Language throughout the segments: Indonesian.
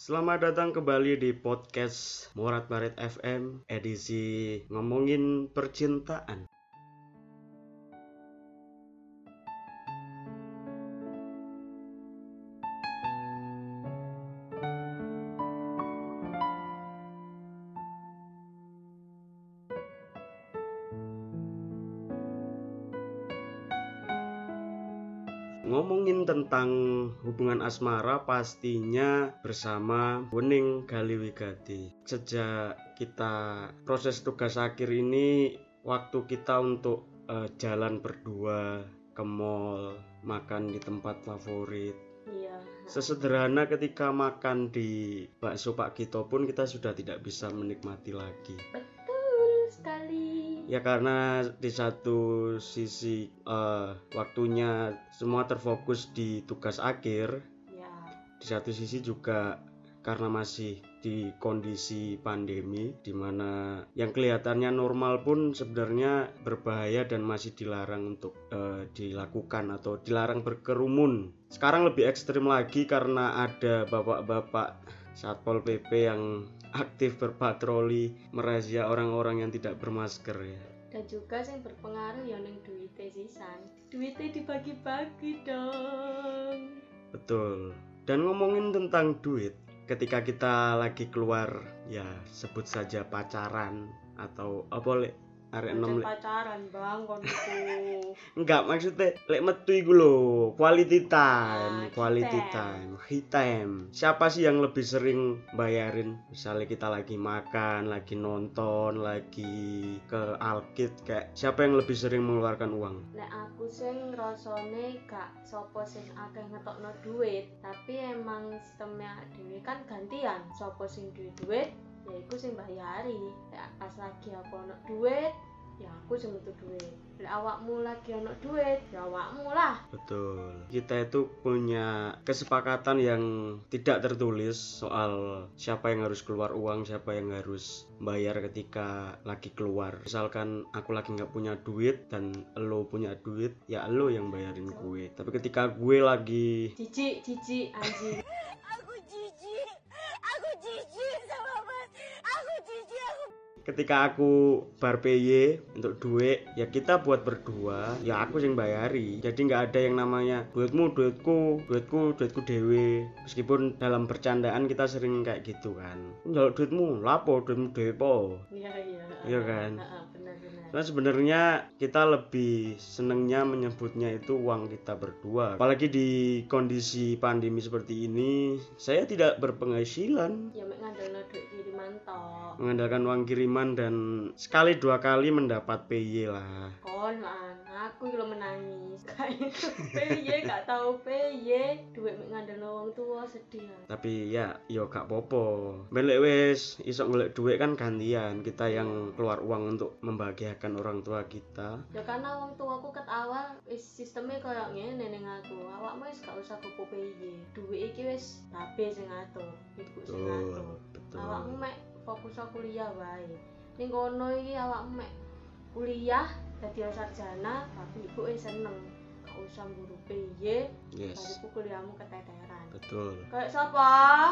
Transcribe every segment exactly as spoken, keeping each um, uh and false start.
Selamat datang kembali di podcast Morat Baret F M edisi ngomongin percintaan. Ngomongin tentang hubungan asmara pastinya bersama Wening Galiwigati. Sejak kita proses tugas akhir ini, waktu kita untuk uh, jalan berdua ke mall, makan di tempat favorit. Iya. Sesederhana ketika makan di bakso Pak Gito pun kita sudah tidak bisa menikmati lagi. Betul sekali. Ya karena di satu sisi uh, waktunya semua terfokus di tugas akhir. Ya. Di satu sisi juga karena masih di kondisi pandemi di mana yang kelihatannya normal pun sebenarnya berbahaya dan masih dilarang untuk uh, dilakukan atau dilarang berkerumun. Sekarang lebih ekstrim lagi karena ada bapak-bapak Satpol P P yang aktif berpatroli merazia orang-orang yang tidak bermasker ya. Dan juga yang berpengaruh ya ning duite sisan. Duite dibagi-bagi dong. Betul. Dan ngomongin tentang duit, ketika kita lagi keluar ya sebut saja pacaran atau apa lek arek enom lek pacaran bang kon iku. Enggak, maksudnya lek metu iku lho, quality time, Ah, quality time. time, he time. Siapa sih yang lebih sering bayarin? Misalnya kita lagi makan, lagi nonton, lagi ke Alkit, kayak siapa yang lebih sering mengeluarkan uang? Nek aku sing ngrasane gak sapa sing akeh ngetokno duit, tapi emang sistemnya dhewe kan gantian. Sapa sing duwe duit, ya iku sing bayari. Nek pas lagi aku ono duit, ya aku sing metu duit. Lek awakmu lagi ono duit, ya awakmu lah. Betul. Kita itu punya kesepakatan yang tidak tertulis soal siapa yang harus keluar uang, siapa yang harus bayar ketika lagi keluar. Misalkan aku lagi nggak punya duit dan lo punya duit, ya lo yang bayarin gue. Tapi ketika gue lagi Jijik, jijik anjing. Aku jijik, aku jijik sama mas, aku jijik, aku ketika aku bar P Y untuk duit, ya kita buat berdua, ya aku yang bayari. Jadi nggak ada yang namanya duitmu, duitku, duitku, duitku dewe. Meskipun dalam bercandaan kita sering kayak gitu kan. Njaluk duitmu, lapo duitmu dewe po. Iya, iya. Iya kan? Heeh, benar-benar. Karena sebenarnya kita lebih senengnya menyebutnya itu uang kita berdua. Apalagi di kondisi pandemi seperti ini, saya tidak berpenghasilan. Ya mek ngandelno duit kiriman tok. Mengandalkan uang kiriman dan sekali dua kali mendapat P Y lah. Kon lan, aku iki lho menangis. Kayak P Y gak tau P Y, duit mek ngandelno wong tuwa sedih. Tapi ya yo gak popo. Belek wis iso golek duit kan gantian. Kita yang keluar uang untuk membahagiakan orang tua kita. Ya karena wong tuaku ket awal wis sistemnya koyo ngene ning aku. Awakmu wis gak usah gopo P Y. Duit iki wis babe sing ngatur, ibu sing ngatur. Betul. Awakmu mek fokus kuliah wae. Ning kono iki awakmu mek kuliah dadi sarjana, tapi ibu wis seneng. Gak usah mburu P Y, Yes. bariku kuliahmu keteteran. Betul. Kayak sapa?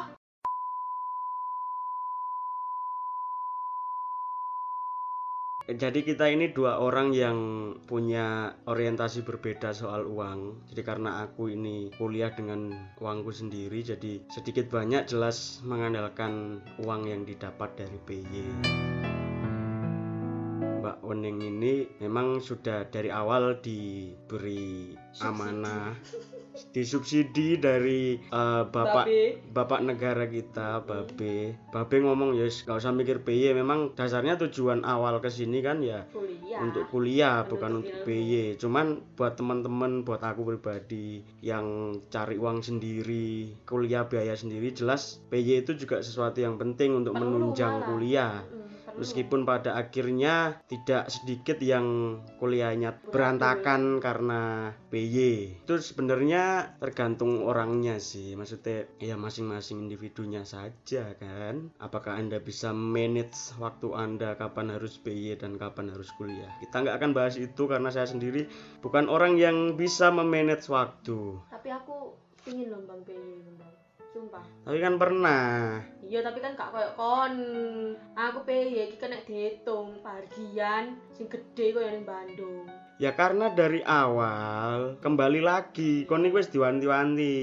Jadi kita ini dua orang yang punya orientasi berbeda soal uang. Jadi karena aku ini kuliah dengan uangku sendiri, jadi sedikit banyak jelas mengandalkan uang yang didapat dari P Y. Mbak Wening ini memang sudah dari awal diberi amanah, disubsidi dari uh, bapak Babe. bapak negara kita, Babe. Babe ngomong ya gak usah mikir P Y. Memang dasarnya tujuan awal kesini kan ya Kuliah. untuk kuliah, bukan Menuntut untuk ilmu. P Y. Cuman buat teman-teman, buat aku pribadi yang cari uang sendiri, kuliah biaya sendiri, jelas P Y itu juga sesuatu yang penting untuk Perlu menunjang malah. kuliah. Mm, perlu. Meskipun pada akhirnya tidak sedikit yang kuliahnya berantakan karena P Y. Itu sebenarnya tergantung orangnya sih. Maksudnya ya masing-masing individunya saja kan. Apakah Anda bisa manage waktu Anda kapan harus P Y dan kapan harus kuliah. Kita nggak akan bahas itu karena saya sendiri bukan orang yang bisa memanage waktu. Tapi aku pingin loh bang P Y bang. Sumpah. Tapi kan pernah. Iya tapi kan gak koyo kon. Aku pe ya iki kena dihitung pargian sing gede koyo ning Bandung. Ya karena dari awal kembali lagi kon iki wis diwanti-wanti.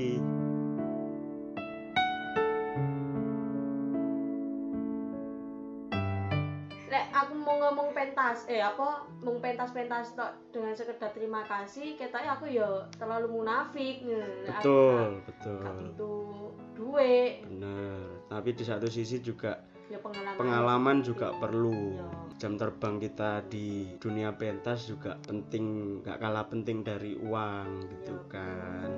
Lek aku mau ngomong pentas, eh apa mau pentas-pentas tok dengan sekedar terima kasih, ketoknya aku ya terlalu munafik. Betul, betul. Gak butuh duit. Bener. Tapi di satu sisi juga Ya pengalaman, pengalaman juga penting. perlu. Ya. Jam terbang kita di dunia pentas juga penting, gak kalah penting dari uang gitu Ya. kan.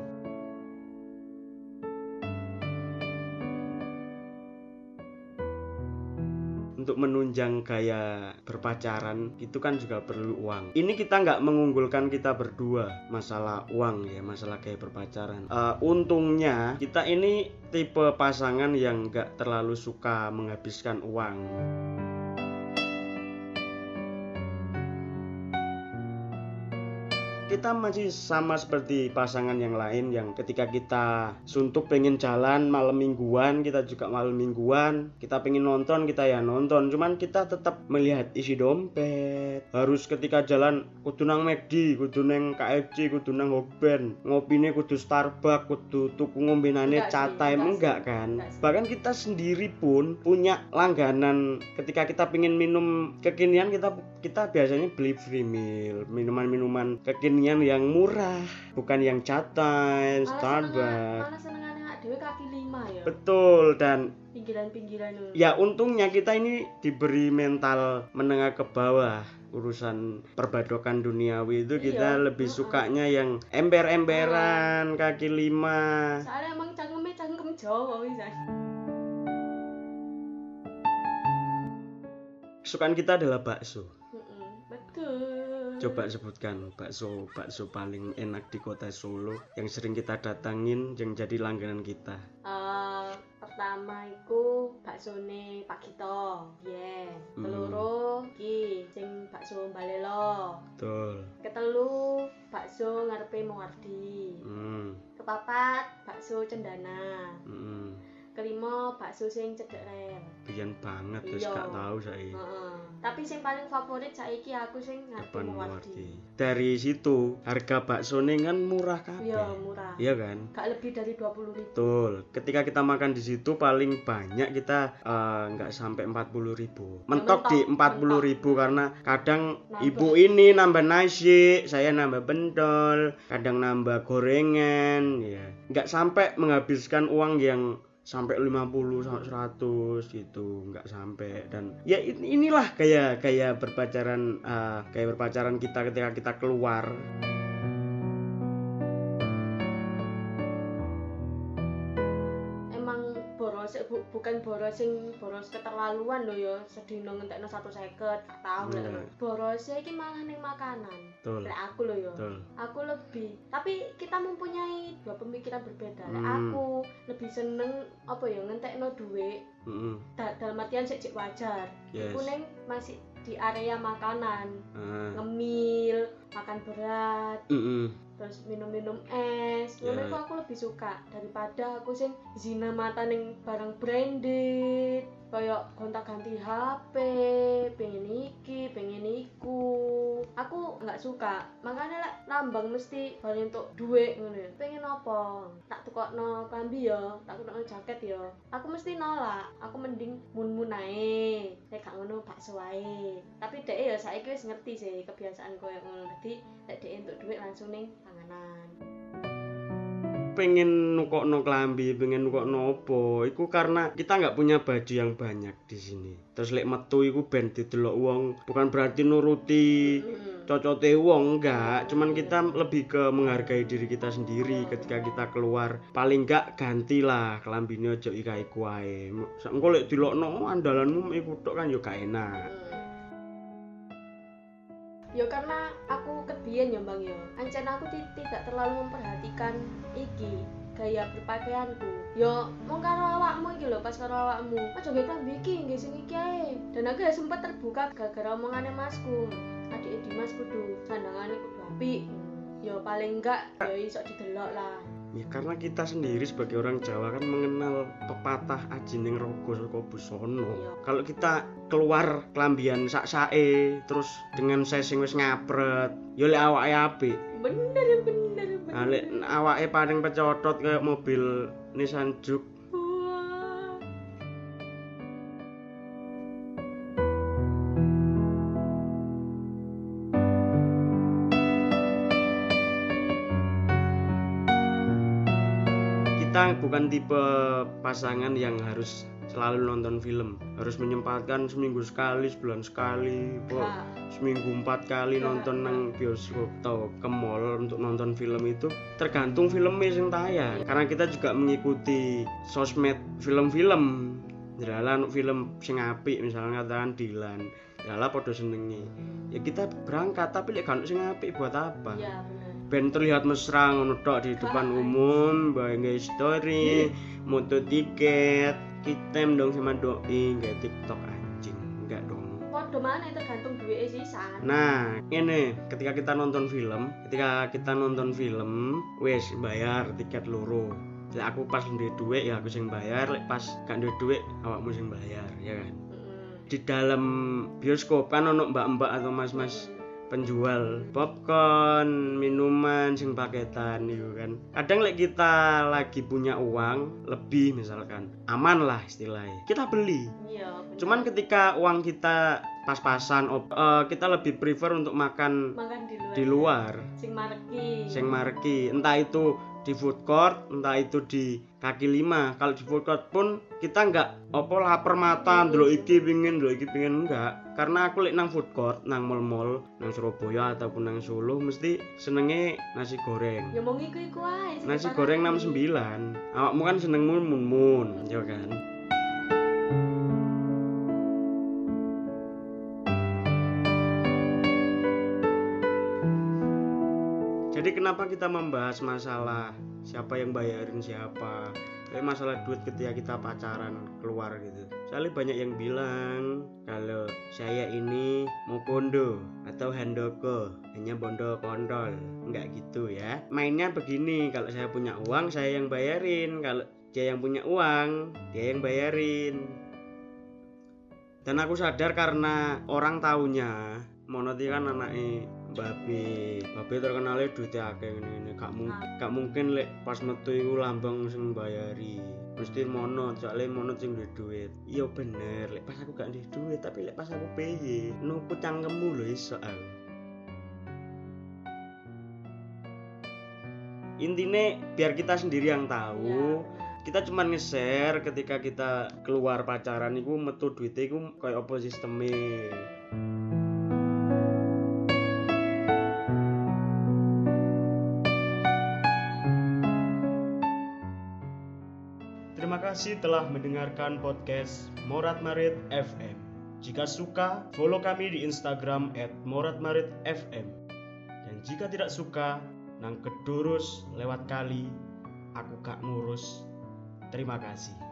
Untuk menunjang gaya berpacaran itu kan juga perlu uang. Ini kita nggak mengunggulkan kita berdua masalah uang ya, masalah gaya berpacaran. Uh, untungnya kita ini tipe pasangan yang nggak terlalu suka menghabiskan uang. Kita masih sama seperti pasangan yang lain yang ketika kita suntuk pengen jalan malam mingguan, kita juga malam mingguan, kita pengen nonton, kita ya nonton, cuman kita tetap melihat isi dompet. Harus ketika jalan kudu nang McD, kudu nang K F C, kudu nang Hokben, ngopine kudu Starbucks, kudu tuku ngombenane Chat Time, enggak kan? Bahkan kita sendiri pun punya langganan. Ketika kita pengen minum kekinian, kita kita biasanya beli free meal, minuman-minuman kekinian yang murah, bukan yang Chat Time, Starbucks. Malah senengane awake dhewe kaki lima ya. Betul, dan pinggiran-pinggiran itu. Ya untungnya kita ini diberi mental menengah ke bawah. Urusan perbadokan duniawi itu kita iya, lebih uh-uh. sukanya yang ember-emberan, uh. kaki lima. Soalnya emang cangkeme cangkem Jawa bisa. Kesukaan kita adalah bakso. Mm-mm, betul. Coba sebutkan bakso bakso paling enak di kota Solo yang sering kita datangin, yang jadi langganan kita. Uh, pertama iku baksone Pak Gito, yes. Hmm. Keloro iki sing bakso Balelo. Betul. Ketelu bakso ngarepe Muwardi. Hmm. Kepapat bakso Cendana. Hmm. Kelima bakso sing cedek rel. Biyen banget wis Iya. gak tahu saiki. Heeh. Tapi sing paling favorit saiki aku sing ngarepe Muwardi. Dari situ harga baksone kan murah kabeh. Iya, murah. Iya kan? Gak lebih dari dua puluh ribu. Betul. Ketika kita makan di situ paling banyak kita nggak uh, sampai empat puluh ribu. Mentok, ya, mentok di empat puluh ribu karena kadang nambah. Ibu ini nambah nasi, saya nambah pentol, kadang nambah gorengan, ya. Nggak sampai menghabiskan uang yang sampai lima puluh sampai seratus gitu, nggak sampai. Dan ya inilah kayak kayak berpacaran uh, kayak berpacaran kita ketika kita keluar. Emang boros bu, bukan boros sing boros keterlaluan lho ya, sedina ngentekno seratus seket, gak tau lah. Hmm. Borosnya iki malah ning makanan. Betul. Lek aku lho ya. Betul. Aku lebih, tapi kita mempunyai dua pemikiran berbeda. Lek Hmm. aku lebih seneng apa ya ngentekno duit. Heeh. Da, dalam artian sik wajar. Yes. Iku ning masih di area makanan. Uh. Ngemil, makan berat. Heeh. Terus minum-minum es, ngono Yeah. iku aku lebih suka daripada aku sing zina mata ning barang branded, kayak gonta-ganti H P, pengen iki, pengen iku. Aku nggak suka, makanya lah lambang mesti balik untuk duit ngono. Pengen apa? Tak tukokno klambi ya, tak tukokno jaket ya. Aku mesti nolak. Aku mending mun-mun ae. Nek gak ngono bakso wae. Tapi dhek ya saiki wis ngerti sih kebiasaan koyo ngono. Dadi nek dhek entuk duit langsung ning panganan. Pengen nukokno klambi, pengen nukokno opo, iku karena kita nggak punya baju yang banyak di sini. Terus lek metu iku ben didelok wong, bukan berarti nuruti Mm. cocote wong, enggak. Cuman kita lebih ke menghargai diri kita sendiri ketika kita keluar. Paling enggak gantilah klambine aja iku ae. Engko lek dilokno andalanmu iku tok kan yo gak enak. Ya karena aku kebiyen ya Bang ya. Ancen aku t- tidak terlalu memperhatikan iki gaya berpakaianku. Ya mung karo awakmu iki lho, pas karo awakmu. Aja nggae klambi iki, nggae sing iki ae. Dan aku ya sempat terbuka gara-gara omongane masku. Adik Dimas kudu sandangane kudu apik. Ya paling enggak ya iso didelok lah. Ya karena kita sendiri sebagai orang Jawa kan mengenal pepatah ajining rogo saka busana. Iya. Kalau kita keluar kelambian sak-sake terus dengan saya sing wis ngapret, ya lek awake apik. Bener bener bener. Nah, lek awake paling pecotot kayak mobil Nissan Juke. Wah. Kita bukan tipe pasangan yang harus selalu nonton film, harus menyempatkan seminggu sekali, sebulan sekali, po, Nah, seminggu empat kali Nah, nonton nah. nang bioskop atau ke mall untuk nonton film. Itu tergantung filmnya yang tayang, karena kita juga mengikuti sosmed film-film. Jalan film sing apik misalnya katakan Dilan, jalan podo senengi. Ya kita berangkat, tapi lek gak ono sing apik buat apa? iya bener. Ben terlihat mesra ngono tok di depan umum, bae nge story, moto tiket, kitem dong sama doi, nge TikTok anjing. Enggak dong. Podo mana tergantung duit sisan. Nah, ini ketika kita nonton film, ketika kita nonton film, wes bayar tiket loro. Lek aku pas duwe duit ya aku sing bayar, lek pas gak duwe duit awakmu sing bayar, ya kan. Mm-mm. Di dalam bioskop kan ono mbak-mbak atau mas-mas penjual popcorn, minuman sing paketan itu kan. Kadang lek kita lagi punya uang lebih misalkan, aman lah istilahnya, kita beli. Iya bener. Cuman ketika uang kita pas-pasan, op, uh, kita lebih prefer untuk makan makan di luar. di luar, Sing marki. sing marki, entah itu di food court, entah itu di kaki lima. Kalau di food court pun kita nggak opo lapar mata ndelok iki pingin ndelok iki pingin, enggak. Karena aku lek nang food court, nang mall-mall, nang Surabaya ataupun nang Solo mesti senenge nasi goreng. Ya mau iku-iku ae. sing Nasi parah goreng iki. enam puluh sembilan. Awakmu kan seneng mun-mun, ya kan. Jadi kenapa kita membahas masalah siapa yang bayarin siapa? Kayak masalah duit ketika kita pacaran keluar gitu. Soalnya banyak yang bilang kalau saya ini mau kondo atau handoko, hanya bondo kontol. Enggak gitu ya. Mainnya begini, kalau saya punya uang saya yang bayarin, kalau dia yang punya uang dia yang bayarin. Dan aku sadar karena orang taunya Monoti kan anaknya Babe, Babe terkenalnya duitnya akeh ngene-ngene. Gak mung gak mungkin lek pas metu iku lambang sing bayari. Mesti Monot, soalnya Monot sing duwe duit. Iya bener, lek pas aku gak duwe duit, tapi lek pas aku piye, nuku cangkemmu lho iso aku. Intine biar kita sendiri yang tahu. Ya. Kita cuma nge-share ketika kita keluar pacaran iku metu duite iku koyo apa sisteme. Terima kasih telah mendengarkan podcast Morat Marit F M. Jika suka, follow kami di Instagram et moratmarit f m. Dan jika tidak suka, nang kedurus lewat kali, aku gak ngurus. Terima kasih.